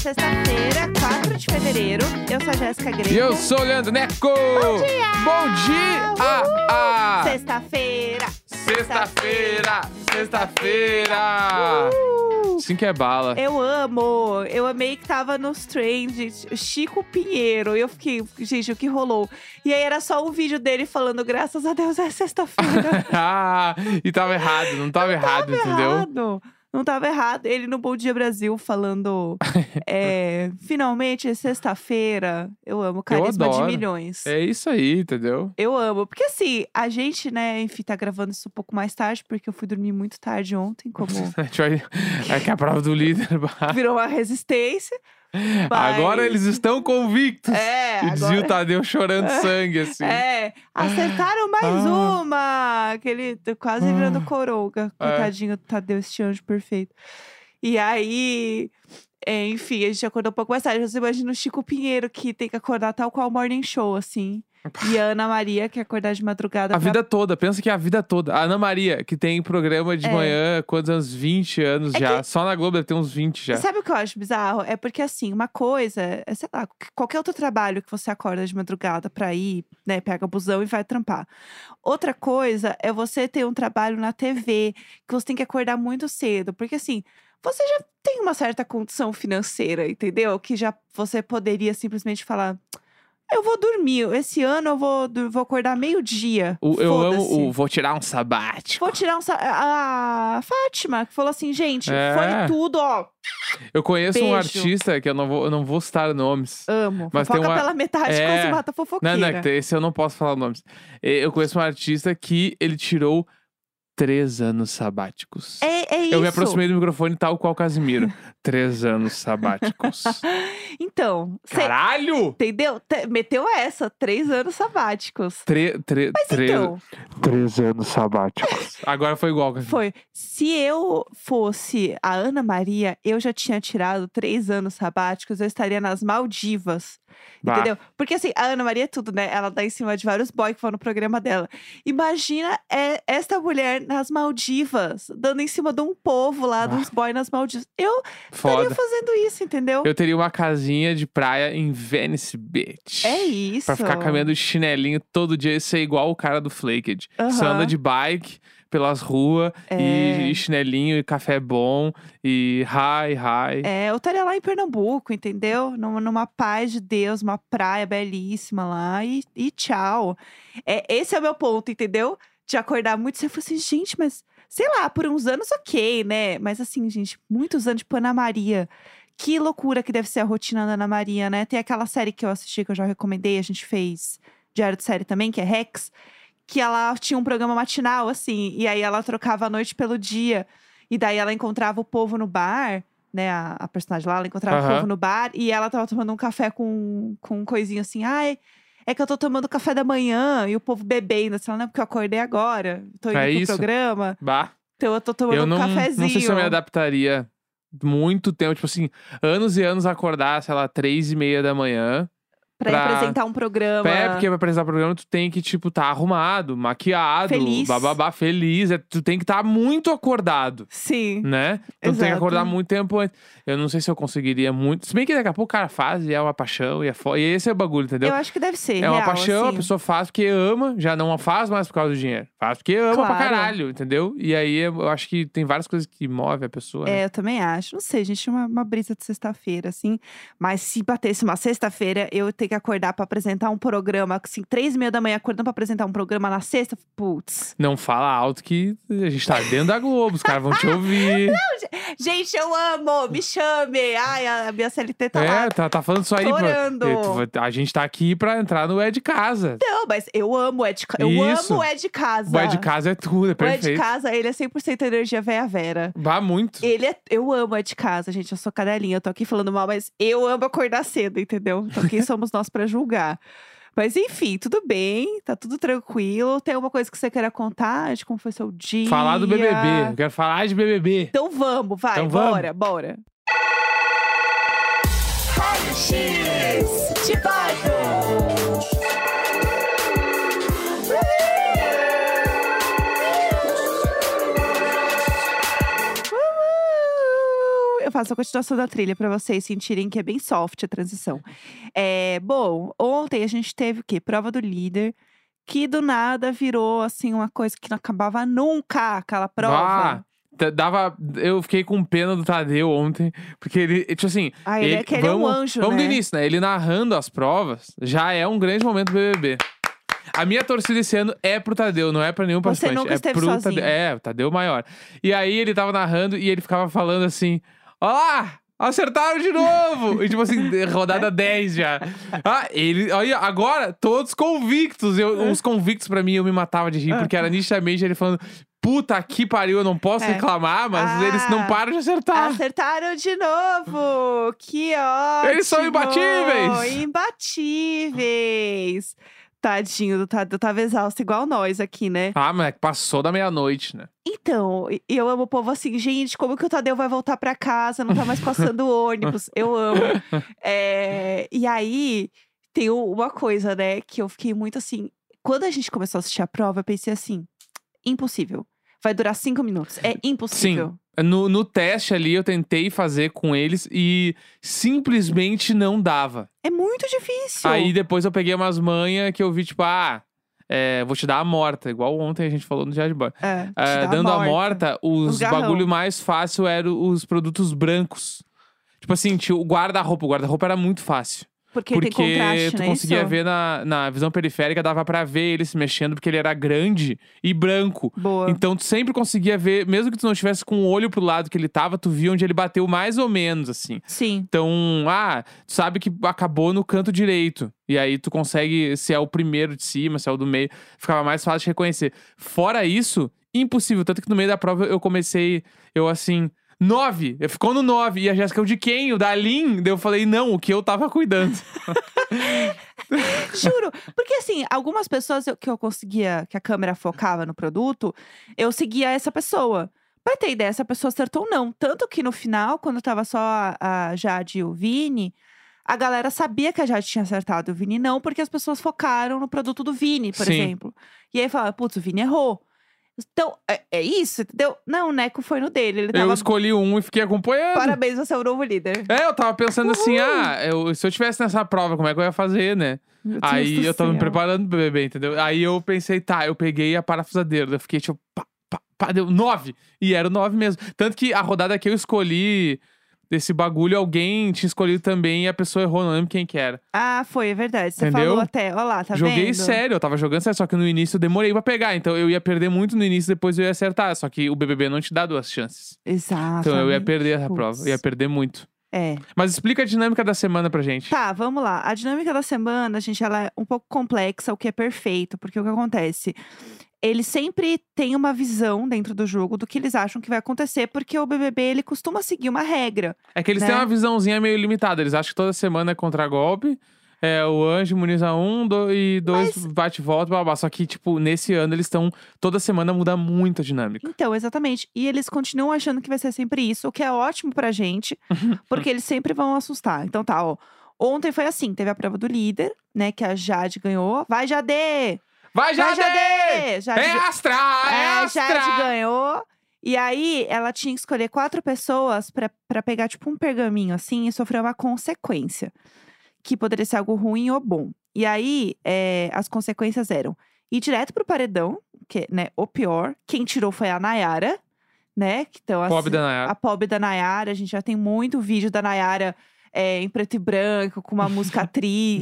sexta-feira, 4 de fevereiro. Eu sou a Jéssica Greco. E eu sou o Leandro Neco. Bom dia! Bom dia! Sexta-feira. Sexta-feira! Sexta-feira! Sim que é bala. Eu amo. Eu amei que tava nos trends. Chico Pinheiro. E eu fiquei, gente, o que rolou? E aí era só um vídeo dele falando, graças a Deus é sexta-feira. E tava errado, não tava errado, entendeu? Errado. Não tava errado. Ele no Bom Dia Brasil falando, finalmente é sexta-feira. Eu amo carisma de milhões. É isso aí, entendeu? Eu amo. Porque assim, a gente, né, enfim, tá gravando isso um pouco mais tarde, porque eu fui dormir muito tarde ontem, como A gente vai... Aqui é a prova do líder. virou uma resistência. Mas... Agora eles estão convictos. E dizia o Tadeu chorando sangue, assim. Acertaram mais uma. Aquele quase virando coronga. Coitadinho do Tadeu, esse anjo perfeito. E aí... enfim, a gente acordou um pouco mais tarde. Você imagina o Chico Pinheiro, que tem que acordar tal qual o Morning Show, assim. E a Ana Maria, que acordar de madrugada. A vida toda, pensa que é a vida toda. A Ana Maria, que tem programa de manhã, quantos anos? 20 anos já. Só na Globo deve ter uns 20 já. Sabe o que eu acho bizarro? É porque, assim, uma coisa, sei lá, qualquer outro trabalho que você acorda de madrugada pra ir, né, pega o busão e vai trampar. Outra coisa é você ter um trabalho na TV, que você tem que acordar muito cedo. Porque, assim, você já tem uma certa condição financeira, entendeu? Que já você poderia simplesmente falar... Eu vou dormir. Esse ano eu vou acordar meio-dia. Eu amo vou tirar um sabático. Vou tirar a Fátima, que falou assim, gente, foi tudo, ó. Eu conheço Beijo. um artista, que eu não vou citar nomes. Amo. Mas Fofoca tem uma... pela metade, quase mata a fofoqueira. Não, esse eu não posso falar nomes. Eu conheço um artista que ele tirou 3 anos sabáticos. É isso. Eu me aproximei do microfone tal qual Casimiro. 3 anos sabáticos. Então... Caralho! Entendeu? Meteu essa, 3 anos sabáticos. Então... 3 anos sabáticos. Agora foi igual. Foi. Se eu fosse a Ana Maria, eu já tinha tirado 3 anos sabáticos, eu estaria nas Maldivas. Entendeu? Porque assim, a Ana Maria é tudo, né? Ela dá em cima de vários boys que vão no programa dela. Imagina esta mulher nas Maldivas, dando em cima de um povo lá, dos boys nas Maldivas. Eu estaria fazendo isso, entendeu? Eu teria uma casinha de praia em Venice Beach. É isso. Pra ficar caminhando de chinelinho todo dia e ser igual o cara do Flaked. Você anda de bike pelas ruas e chinelinho e café bom e hi. Eu estaria lá em Pernambuco, entendeu? Numa paz de Deus, uma praia belíssima lá e tchau. Esse é o meu ponto, entendeu? De acordar muito. Você falou assim, gente, mas sei lá, por uns anos ok, né? Mas assim, gente, muitos anos, tipo, Ana Maria. Que loucura que deve ser a rotina da Ana Maria, né? Tem aquela série que eu assisti, que eu já recomendei, a gente fez diário de série também, que é Rex. Que ela tinha um programa matinal, assim, e aí ela trocava a noite pelo dia. E daí ela encontrava o povo no bar, né? A personagem lá, ela encontrava o povo no bar. E ela tava tomando um café com um coisinho assim. Ai, é que eu tô tomando café da manhã. E o povo bebendo. Assim, ela, não é porque eu acordei agora. Tô indo pro programa. Então eu tô tomando um cafezinho. Não sei se eu me adaptaria muito tempo. Tipo assim, anos e anos acordar, sei lá, 3:30 da manhã. Pra apresentar um programa. Porque pra apresentar o programa tu tem que, tipo, tá arrumado, maquiado. Feliz. Feliz. Tu tem que estar muito acordado. Sim. Né? Então tu tem que acordar muito tempo antes. Eu não sei se eu conseguiria muito. Se bem que daqui a pouco o cara faz e é uma paixão. E esse é o bagulho, entendeu? Eu acho que deve ser. É uma real, paixão, assim. a pessoa faz porque ama. Já não faz mais por causa do dinheiro. Faz porque ama pra caralho, entendeu? E aí eu acho que tem várias coisas que movem a pessoa. Né? Eu também acho. Não sei, gente, uma brisa de sexta-feira, assim. Mas se batesse uma sexta-feira, eu tenho que acordar pra apresentar um programa, assim, 3:30 da manhã, acordando pra apresentar um programa na sexta, putz. Não fala alto que a gente tá dentro da Globo, os caras vão te ouvir. Não, gente, eu amo, me chame. Ai, a minha CLT tá lá. Tá falando isso aí. A gente tá aqui pra entrar no É de Casa. Não, mas eu amo o É de Casa. Eu amo o É de Casa. O É de Casa é tudo, é perfeito. O É de Casa, ele é 100% energia véia Vera. Muito. Eu amo o É de Casa, gente, eu sou cadelinha, eu tô aqui falando mal, mas eu amo acordar cedo, entendeu? Então quem somos nós pra julgar? Mas enfim, tudo bem, tá tudo tranquilo. Tem alguma coisa que você queira contar de como foi seu dia? Falar do BBB, eu quero falar de BBB. Então vamos, vai, então bora. faço a continuação da trilha pra vocês sentirem que é bem soft a transição. Bom, ontem a gente teve o quê? Prova do líder, que do nada virou, assim, uma coisa que não acabava nunca, aquela prova. Eu fiquei com pena do Tadeu ontem, porque ele, tipo assim. Ele é aquele um anjo, vamos né? do início, né? Ele narrando as provas já é um grande momento do BBB. A minha torcida esse ano é pro Tadeu, não é pra nenhum participante. Você nunca esteve pro sozinho. Tadeu, o Tadeu maior. E aí ele tava narrando e ele ficava falando assim: ó lá! Acertaram de novo! E tipo assim, rodada 10 já. Olha, agora, todos convictos. Os convictos pra mim, eu me matava de rir, porque era nitidamente ele falando: puta que pariu, eu não posso reclamar, mas eles não param de acertar. Acertaram de novo! Que ótimo! Eles são imbatíveis! Imbatíveis! Tadinho do Tadeu, tava exausto igual nós aqui, né? Mas passou da meia-noite, né? Então, eu amo o povo assim, gente, como que o Tadeu vai voltar pra casa? Não tá mais passando ônibus. Eu amo. E aí, tem uma coisa, né, que eu fiquei muito assim. Quando a gente começou a assistir a prova, eu pensei assim: impossível. Vai durar 5 minutos. É impossível. Sim. No teste ali, eu tentei fazer com eles e simplesmente não dava. É muito difícil. Aí depois eu peguei umas manhas que eu vi, tipo, vou te dar a morta. Igual ontem a gente falou no Diário de Bordo. Dando a morta, os bagulho mais fácil eram os produtos brancos. Tipo assim, tinha o guarda-roupa. O guarda-roupa era muito fácil. Porque tem contraste, tu não é conseguia isso? ver na visão periférica, dava pra ver ele se mexendo, porque ele era grande e branco. Boa. Então tu sempre conseguia ver, mesmo que tu não estivesse com o olho pro lado que ele tava, tu via onde ele bateu mais ou menos, assim. Sim. Então, tu sabe que acabou no canto direito. E aí tu consegue, se é o primeiro de cima, se é o do meio, ficava mais fácil de reconhecer. Fora isso, impossível. Tanto que no meio da prova eu comecei, 9, ficou no 9. E a Jéssica, o de quem? O da Lin? Daí eu falei, não, o que eu tava cuidando. Juro. Porque assim, algumas pessoas que eu conseguia, que a câmera focava no produto, eu seguia essa pessoa. Pra ter ideia, essa pessoa acertou ou não. Tanto que no final, quando tava só a Jade e o Vini, a galera sabia que a Jade tinha acertado e o Vini não, porque as pessoas focaram no produto do Vini, por Sim. exemplo. E aí falava, putz, o Vini errou. Então, é isso, entendeu? Não, o Neco foi no dele. Ele Eu tava... escolhi um e fiquei acompanhando. Parabéns, você é o novo líder. Eu tava pensando assim, se eu tivesse nessa prova, como é que eu ia fazer, né? Meu Deus Aí do eu tava me céu. preparando pro bebê, entendeu? Aí eu pensei, eu peguei a parafusadeira. Eu fiquei tipo, deu 9. E era o 9 mesmo. Tanto que a rodada que eu escolhi desse bagulho, alguém tinha escolhido também e a pessoa errou, não lembro quem que era. Foi, é verdade. Você Entendeu? falou até, ó lá, tá Joguei vendo? sério, eu tava jogando sério, só que no início eu demorei pra pegar. Então eu ia perder muito no início, depois eu ia acertar. Só que o BBB não te dá 2 chances. Exato. Então eu ia perder essa prova, eu ia perder muito. Mas explica a dinâmica da semana pra gente. Tá, vamos lá. A dinâmica da semana, gente, ela é um pouco complexa, o que é perfeito. Porque o que acontece? Eles sempre têm uma visão dentro do jogo do que eles acham que vai acontecer. Porque o BBB, ele costuma seguir uma regra. É que eles né? têm uma visãozinha meio limitada. Eles acham que toda semana é contra-golpe. O anjo imuniza 1, e 2 bate e volta, blá, blá. Só que, tipo, nesse ano eles estão... Toda semana muda muito a dinâmica. Então, exatamente. E eles continuam achando que vai ser sempre isso, o que é ótimo pra gente. Porque eles sempre vão assustar. Então tá, ó. Ontem foi assim, teve a prova do líder, né? Que a Jade ganhou. Vai, Jade! Vai, Jade! Jade! É Astra! É Astra! Jade ganhou. E aí, ela tinha que escolher 4 pessoas pra pegar, tipo, um pergaminho, assim, e sofrer uma consequência. Que poderia ser algo ruim ou bom. E aí, as consequências eram ir direto pro paredão, que, né, o pior. Quem tirou foi a Nayara, né? Então, assim, Pobre da Nayara. A pobre da Nayara. A gente já tem muito vídeo da Nayara em preto e branco, com uma música triste.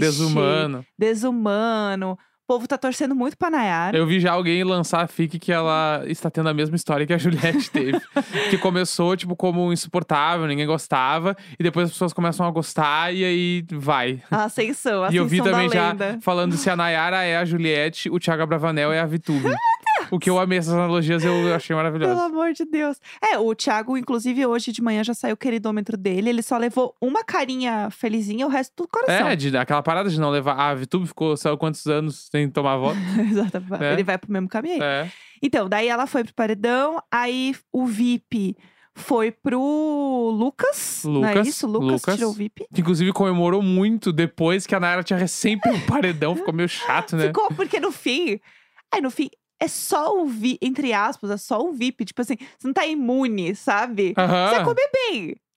Desumano. O povo tá torcendo muito pra Nayara. Eu vi já alguém lançar a fic que ela está tendo a mesma história que a Juliette teve. Que começou, tipo, como insuportável, ninguém gostava. E depois as pessoas começam a gostar e aí vai. A ascensão E eu vi também já lenda. falando se a Nayara é a Juliette, o Thiago Abravanel é a Vitube. O que eu amei, essas analogias eu achei maravilhoso. Pelo amor de Deus. O Thiago, inclusive, hoje de manhã já saiu o queridômetro dele. Ele só levou uma carinha felizinha, o resto tudo coração. Aquela parada de não levar. A Vitube ficou, sabe quantos anos sem tomar voto? Exatamente. Ele vai pro mesmo caminho aí. Então, daí ela foi pro paredão. Aí o VIP foi pro Lucas. Não é isso? Lucas tirou o VIP. Que inclusive comemorou muito depois que a Nayara tinha recém pego o paredão. Ficou meio chato, né? Ficou, porque no fim... é só o VIP, entre aspas, é só o VIP. Tipo assim, você não tá imune, sabe? Você vai comer bem.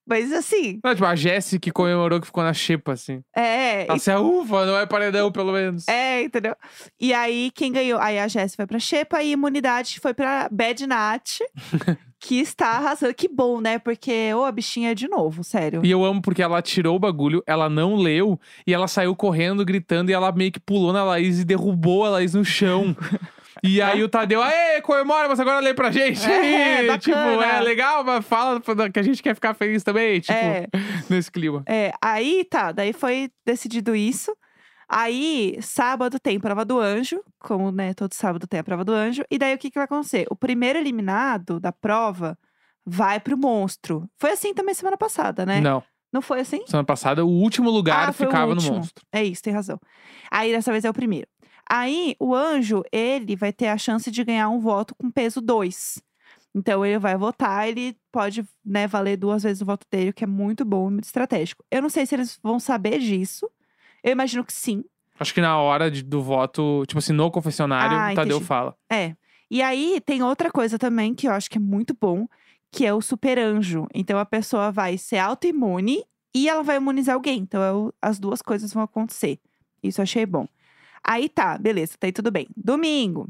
Mas assim, Não, tipo, a Jessie que comemorou que ficou na xepa, assim. Ela se ufa, não é paredão, pelo menos. entendeu? E aí, quem ganhou? Aí a Jessie foi pra xepa e a imunidade foi pra Bad Nat, que está arrasando. Que bom, né? Porque, a bichinha de novo, sério. E eu amo porque ela tirou o bagulho, ela não leu, e ela saiu correndo, gritando, e ela meio que pulou na Laís e derrubou a Laís no chão. E aí o Tadeu, aê, comemora, mas agora lê pra gente. Bacana. Tipo, legal, mas fala que a gente quer ficar feliz também, tipo, nesse clima. Aí tá, daí foi decidido isso. Aí, sábado tem prova do anjo, como, né, todo sábado tem a prova do anjo. E daí, o que vai acontecer? O primeiro eliminado da prova vai pro monstro. Foi assim também semana passada, né? Não, Não foi assim? semana passada o último lugar foi o ficava no último. monstro. É isso, tem razão. Aí, dessa vez é o primeiro. Aí, o anjo, ele vai ter a chance de ganhar um voto com peso 2. Então, ele vai votar, ele pode, né, valer 2 vezes o voto dele, o que é muito bom, muito estratégico. Eu não sei se eles vão saber disso. Eu imagino que sim. Acho que na hora do voto, tipo assim, no confessionário, o Tadeu Entendi. fala. E aí, tem outra coisa também que eu acho que é muito bom, que é o super anjo. Então, a pessoa vai ser autoimune e ela vai imunizar alguém. Então, as duas coisas vão acontecer. Isso eu achei bom. Aí tá, beleza, tá aí tudo bem. Domingo,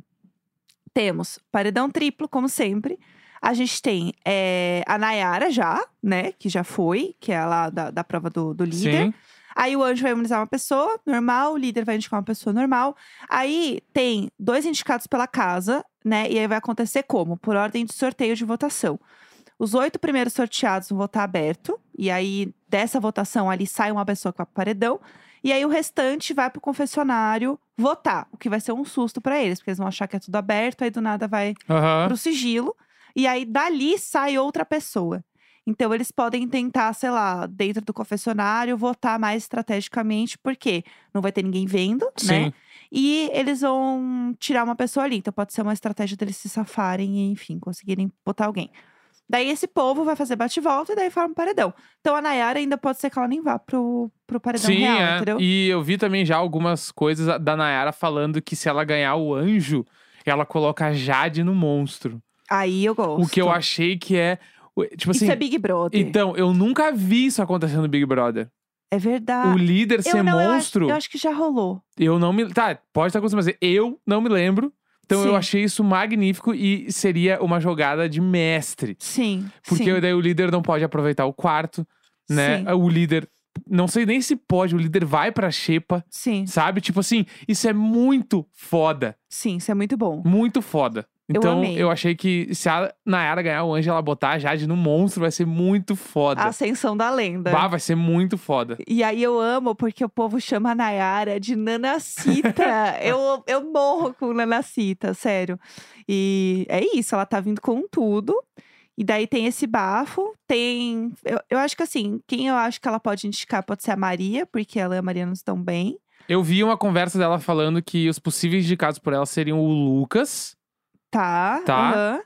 temos paredão triplo, como sempre. A gente tem a Nayara já, né, que já foi, que é a lá da prova do líder. Sim. Aí o anjo vai imunizar uma pessoa normal, o líder vai indicar uma pessoa normal. Aí tem 2 indicados pela casa, né? E aí vai acontecer como? Por ordem de sorteio de votação. Os 8 primeiros sorteados vão votar aberto. E aí, dessa votação ali, sai uma pessoa que vai pro paredão. E aí, o restante vai pro confessionário votar. O que vai ser um susto pra eles, porque eles vão achar que é tudo aberto. Aí, do nada, vai pro sigilo. E aí, dali, sai outra pessoa. Então, eles podem tentar, sei lá, dentro do confessionário, votar mais estrategicamente. Porque não vai ter ninguém vendo, né? Sim. E eles vão tirar uma pessoa ali. Então, pode ser uma estratégia deles se safarem e, enfim, conseguirem botar alguém. Daí, esse povo vai fazer bate-volta e daí forma um paredão. Então, a Nayara ainda pode ser que ela nem vá pro paredão real, entendeu? E eu vi também já algumas coisas da Nayara falando que se ela ganhar o anjo, ela coloca a Jade no monstro. Aí eu gosto. O que eu achei que é... Tipo assim, isso é Big Brother. Então, eu nunca vi isso acontecendo no Big Brother. É verdade. O líder ser monstro... Eu acho que já rolou. Eu não me... Tá, pode estar acontecendo, mas eu não me lembro. Então, eu achei isso magnífico e seria uma jogada de mestre. Sim, Porque daí o líder não pode aproveitar o quarto, né? Sim. O líder... Não sei nem se pode, o líder vai pra xepa, Sim, sabe? Tipo assim, isso é muito foda. sim, isso é muito bom. Muito foda. Então, amei. eu achei que se a Nayara ganhar o anjo, ela botar a Jade no monstro, vai ser muito foda. A ascensão da lenda. Bah, vai ser muito foda. E aí eu amo porque o povo chama a Nayara de Nanacita. eu morro com Nanacita, sério. E é isso, ela tá vindo com tudo. E daí tem esse bafo, tem... Eu acho que assim, quem eu acho que ela pode indicar pode ser a Maria, porque ela e a Maria não estão bem. Eu vi uma conversa dela falando que os possíveis indicados por ela seriam o Lucas, Tá. Tá.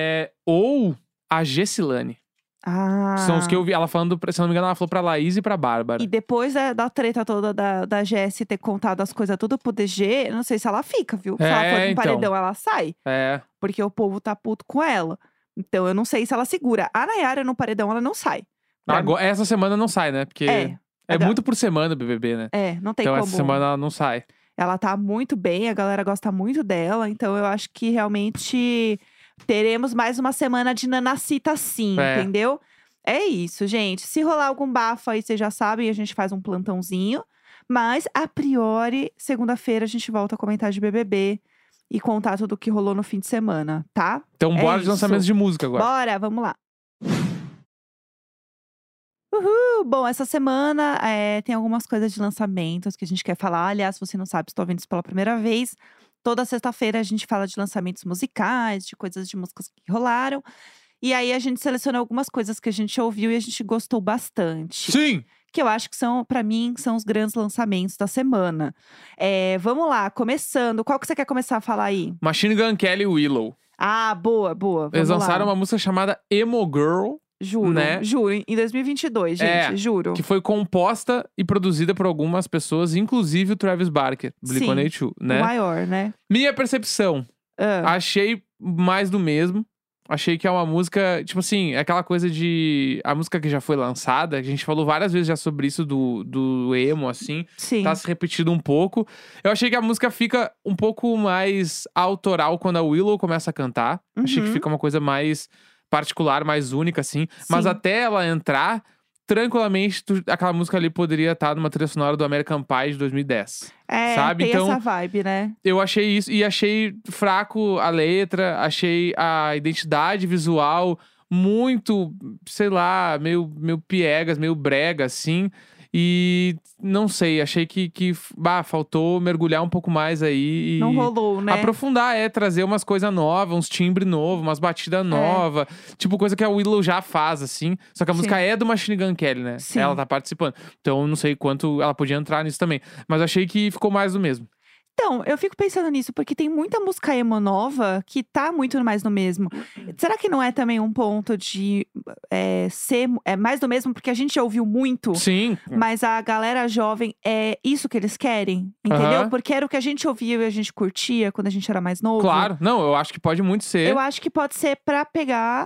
Ou a Gessilane. Ah. São os que eu vi. Ela falando, se não me engano, ela falou pra Laís e pra Bárbara. E depois da treta toda da Jessie ter contado as coisas tudo pro DG, eu não sei se ela fica, viu? Se ela for pro então. paredão, ela sai. Porque o povo tá puto com ela. Então, eu não sei se ela segura. A Nayara no paredão, ela não sai. Agora, essa semana não sai, né? Porque é muito por semana o BBB, né? Não tem então, como. essa semana ela não sai. Ela tá muito bem, a galera gosta muito dela. Então, eu acho que realmente teremos mais uma semana de Nanacita sim, entendeu? É isso, gente. Se rolar algum bafo aí, vocês já sabem, a gente faz um plantãozinho. Mas, a priori, segunda-feira a gente volta a comentar de BBB e contar tudo o que rolou no fim de semana, tá? Então, bora de lançamentos de música agora. Bora, vamos lá. Uhul! Bom, essa semana tem algumas coisas de lançamentos que a gente quer falar. Aliás, se você não sabe, estou vendo isso pela primeira vez. Toda sexta-feira a gente fala de lançamentos musicais, de coisas de músicas que rolaram. E aí a gente selecionou algumas coisas que a gente ouviu e a gente gostou bastante. Sim! Que eu acho que são, pra mim, são os grandes lançamentos da semana. Vamos lá, começando. Qual que você quer começar a falar aí? Machine Gun Kelly e Willow. Ah, boa. Eles Vamos lançaram lá. uma música chamada Emo Girl. Juro, né? Juro. Em 2022, gente, juro. Que foi composta e produzida por algumas pessoas, inclusive o Travis Barker, Blink-182, né? O maior, né? Minha percepção, achei mais do mesmo. Achei que é uma música, tipo assim, é aquela coisa de... A música que já foi lançada, a gente falou várias vezes já sobre isso do emo, assim. Sim. Tá se repetindo um pouco. Eu achei que a música fica um pouco mais autoral quando a Willow começa a cantar. Achei que Uhum. fica uma coisa mais particular, mais única, assim. Mas Sim. até ela entrar, tranquilamente, aquela música ali poderia estar numa trilha sonora do American Pie de 2010. É, Sabe? tem Então, essa vibe, né? eu achei isso. E achei fraco a letra, achei a identidade visual muito, sei lá, meio piegas, meio brega, assim. E não sei, achei que faltou mergulhar um pouco mais aí Não e rolou, né? aprofundar, trazer umas coisas novas, uns timbres novos, umas batidas novas. Tipo, coisa que a Willow já faz, assim. Só que a Sim. música é do Machine Gun Kelly, né? Sim. Ela tá participando. Então, eu não sei quanto ela podia entrar nisso também. Mas achei que ficou mais do mesmo. Então, eu fico pensando nisso, porque tem muita música emo nova que tá muito mais no mesmo. Será que não é também um ponto de ser mais do mesmo? Porque a gente já ouviu muito, Sim. mas a galera jovem é isso que eles querem, entendeu? Aham. Porque era o que a gente ouvia e a gente curtia quando a gente era mais novo. Claro. Não, eu acho que pode muito ser. Eu acho que pode ser pra pegar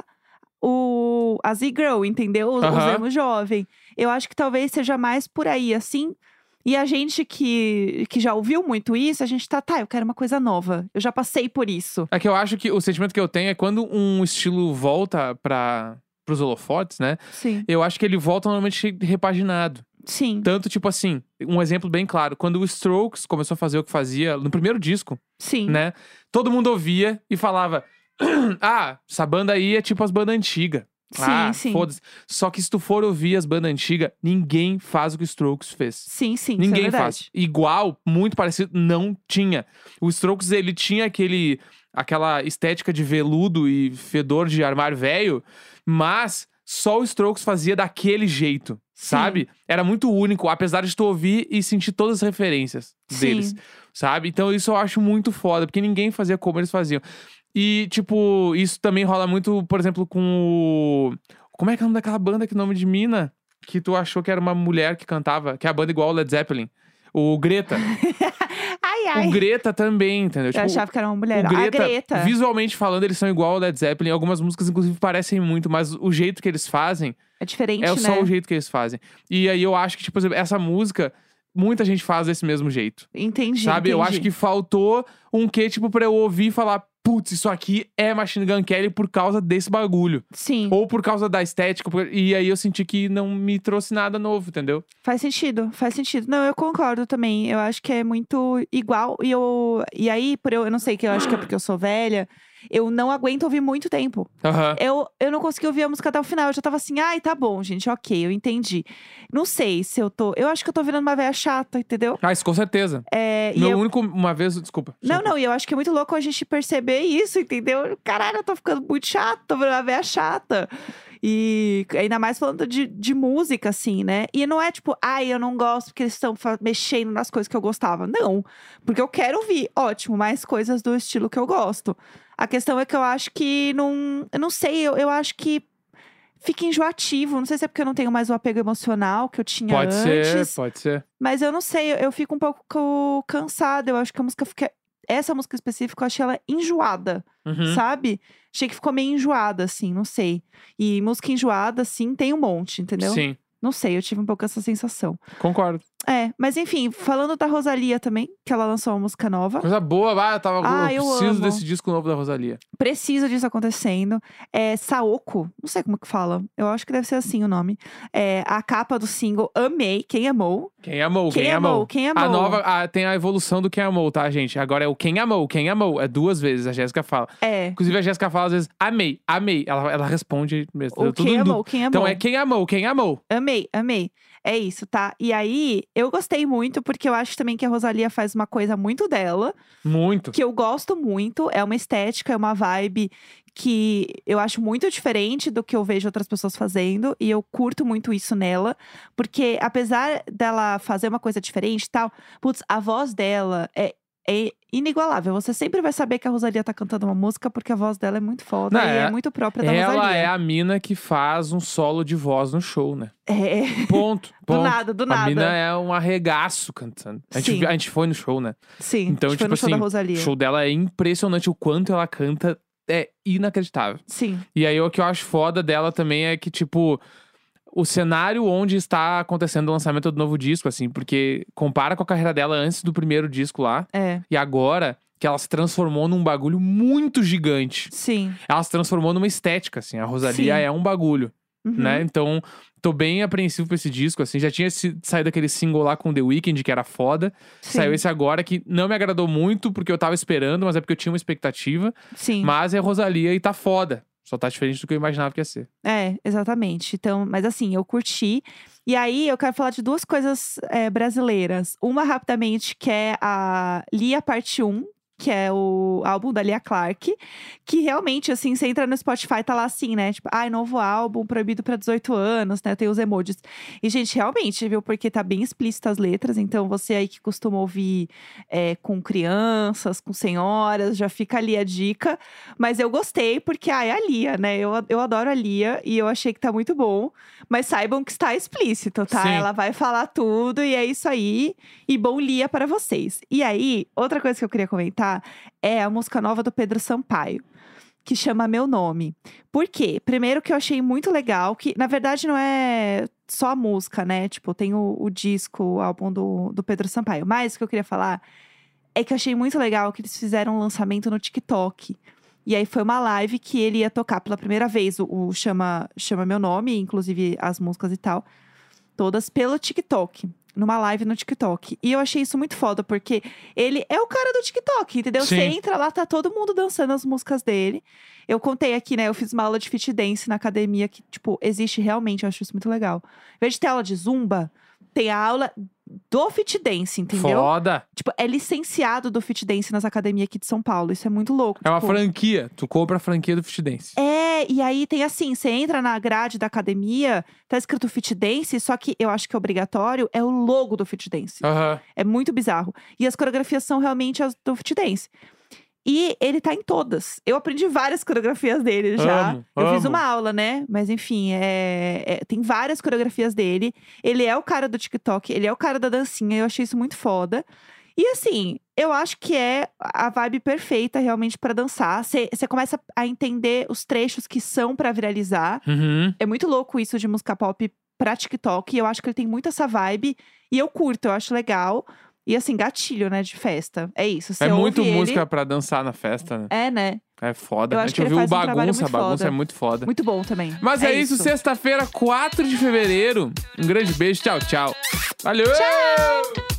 a Z-Girl, entendeu? Os Aham. emo jovem. Eu acho que talvez seja mais por aí, assim. E a gente que já ouviu muito isso, a gente tá, eu quero uma coisa nova. Eu já passei por isso. É que eu acho que o sentimento que eu tenho é quando um estilo volta pros holofotes, né? Sim. Eu acho que ele volta normalmente repaginado. Sim. Tanto, tipo assim, um exemplo bem claro. Quando o Strokes começou a fazer o que fazia no primeiro disco, Sim. né? Todo mundo ouvia e falava... Ah, essa banda aí é tipo as bandas antigas. Sim, sim. Foda-se. Só que se tu for ouvir as bandas antigas, ninguém faz o que o Strokes fez. Sim, sim. Isso é Ninguém verdade. faz. Igual, muito parecido, não tinha. O Strokes, ele tinha aquela estética de veludo e fedor de armário velho, mas só o Strokes fazia daquele jeito, Sim. sabe? Era muito único, apesar de tu ouvir e sentir todas as referências deles, Sim. sabe? Então isso eu acho muito foda, porque ninguém fazia como eles faziam. E, tipo, isso também rola muito, por exemplo, com o... Como é que é o nome daquela banda que nome de mina? Que tu achou que era uma mulher que cantava, que é a banda igual ao Led Zeppelin. O Greta. Ai, ai. O Greta também, entendeu? Eu achava que era uma mulher. o Greta, A Greta. visualmente falando, eles são igual ao Led Zeppelin. Algumas músicas, inclusive, parecem muito, mas o jeito que eles fazem É diferente, é né? só o jeito que eles fazem. E aí eu acho que, tipo, por exemplo, essa música, muita gente faz desse mesmo jeito. Entendi, Sabe? Eu entendi. acho que faltou um quê, tipo, pra eu ouvir e falar, putz, isso aqui é Machine Gun Kelly por causa desse bagulho. Sim, Ou por causa da estética. E aí eu senti que não me trouxe nada novo, entendeu? faz sentido, faz sentido. Não, eu concordo também. Eu acho que é muito igual. E aí, eu não sei, que eu acho que é porque eu sou velha, eu não aguento ouvir muito tempo. Aham. Eu não consegui ouvir a música até o final. Eu já tava assim, ai, tá bom, gente, ok, eu entendi. Não sei se eu tô. Eu acho que eu tô virando uma velha chata, entendeu? Ah, isso com certeza. E Meu único, uma vez, desculpa. Não, e eu acho que é muito louco a gente perceber isso, entendeu? Caralho, eu tô ficando muito chata, tô virando uma velha chata. E ainda mais falando de música, assim, né? E não é tipo, ai, eu não gosto porque eles estão mexendo nas coisas que eu gostava. Não, porque eu quero ouvir, ótimo, mais coisas do estilo que eu gosto. A questão é que eu acho que não. Eu não sei, eu acho que fica enjoativo. Não sei se é porque eu não tenho mais o apego emocional que eu tinha Pode antes. ser, pode ser. Mas eu não sei, eu fico um pouco cansada. Eu acho que a música fica. Essa música específica, eu achei ela enjoada, Uhum. sabe? Achei que ficou meio enjoada, assim, não sei. E música enjoada, assim, tem um monte, entendeu? Sim, Não sei, eu tive um pouco essa sensação. concordo. Mas enfim, falando da Rosalía também, que ela lançou uma música nova. Coisa boa, eu Eu preciso amo. desse disco novo da Rosalía. Precisa disso acontecendo. Saoko, não sei como que fala. Eu acho que deve ser assim o nome. A capa do single, amei. Quem amou? Quem amou, Quem quem amou, amou. quem A amou. nova, tem a evolução do quem amou, tá, gente? Agora é o quem amou, quem amou. É 2 vezes, a Jéssica fala. Inclusive, a Jéssica fala às vezes, amei, amei. Ela responde mesmo. Ou quem amou, quem amou. Então é quem amou, quem amou. Amei, amei. É isso, tá? E aí, eu gostei muito, porque eu acho também que a Rosalía faz uma coisa muito dela, Muito. que eu gosto muito. É uma estética, é uma vibe que eu acho muito diferente do que eu vejo outras pessoas fazendo. E eu curto muito isso nela. Porque apesar dela fazer uma coisa diferente e tal, putz, a voz dela é inigualável. Você sempre vai saber que a Rosalía tá cantando uma música, porque a voz dela é muito foda Não, e é muito própria da Ela Rosalía. é a mina que faz um solo de voz no show, né? É. Ponto. Do nada, do A nada. mina é um arregaço cantando. Sim. A gente foi no show, né? Sim, Então, foi tipo no show da assim, Rosalía. o show dela é impressionante o quanto ela canta é inacreditável. Sim. E aí, o que eu acho foda dela também é que, tipo, o cenário onde está acontecendo o lançamento do novo disco, assim, porque compara com a carreira dela antes do primeiro disco lá, É. e agora que ela se transformou num bagulho muito gigante. Sim. Ela se transformou numa estética, assim. A Rosalía Sim. é um bagulho, Uhum. né? Então, tô bem apreensivo pra esse disco, assim. Já tinha saído aquele single lá com The Weeknd, que era foda. Sim. Saiu esse agora, que não me agradou muito, porque eu tava esperando, mas é porque eu tinha uma expectativa. Sim. Mas é Rosalía e tá foda. Só tá diferente do que eu imaginava que ia ser. É, exatamente. Então, mas assim, eu curti. E aí, eu quero falar de duas coisas brasileiras. Uma, rapidamente, que é a Lia Parte 1, que é o álbum da Lia Clark. Que realmente, assim, você entra no Spotify, tá lá assim, né? Tipo, novo álbum, proibido pra 18 anos, né? Tem os emojis. E, gente, realmente, viu? Porque tá bem explícito as letras. Então, você aí que costuma ouvir com crianças, com senhoras, já fica ali a dica. Mas eu gostei, porque, é a Lia, né? Eu adoro a Lia e eu achei que tá muito bom. Mas saibam que está explícito, tá? Sim. Ela vai falar tudo e é isso aí. E bom Lia para vocês. E aí, outra coisa que eu queria comentar é a música nova do Pedro Sampaio, que chama Meu Nome. Por quê? Primeiro que eu achei muito legal, que na verdade não é só a música, né? Tipo, tem o disco, o álbum do Pedro Sampaio. Mas o que eu queria falar é que eu achei muito legal que eles fizeram um lançamento no TikTok. E aí foi uma live que ele ia tocar pela primeira vez o Chama Meu Nome, inclusive as músicas e tal, todas pelo TikTok. Numa live no TikTok. E eu achei isso muito foda, porque ele é o cara do TikTok, entendeu? Sim. Você entra lá, tá todo mundo dançando as músicas dele. Eu contei aqui, né? Eu fiz uma aula de fit dance na academia que, tipo, existe realmente. Eu acho isso muito legal. Em vez de ter aula de zumba, tem a aula do fit dance, entendeu? Foda! Tipo, é licenciado do fit dance nas academias aqui de São Paulo. Isso é muito louco. É uma tipo, franquia. Tu compra a franquia do Fit Dance. e aí tem assim, você entra na grade da academia, tá escrito fit dance, só que eu acho que é obrigatório, é o logo do fit dance. Aham. É muito bizarro. E as coreografias são realmente as do fit dance. E ele tá em todas. Eu aprendi várias coreografias dele já. Eu fiz uma aula, né? Mas enfim, tem várias coreografias dele. Ele é o cara do TikTok, ele é o cara da dancinha. Eu achei isso muito foda. E assim, eu acho que é a vibe perfeita realmente pra dançar. Você começa a entender os trechos que são pra viralizar. Uhum. É muito louco isso de música pop pra TikTok. E eu acho que ele tem muito essa vibe. E eu curto, eu acho legal. E assim, gatilho, né, de festa. É isso. Você É muito ouve ele, música pra dançar na festa, né? É, né? É foda. Eu A acho gente que ele ouviu o faz um trabalho Bagunça. muito Bagunça foda. é muito foda. Muito bom também. Mas é isso, sexta-feira, 4 de fevereiro. Um grande beijo, tchau, tchau. Valeu! Tchau!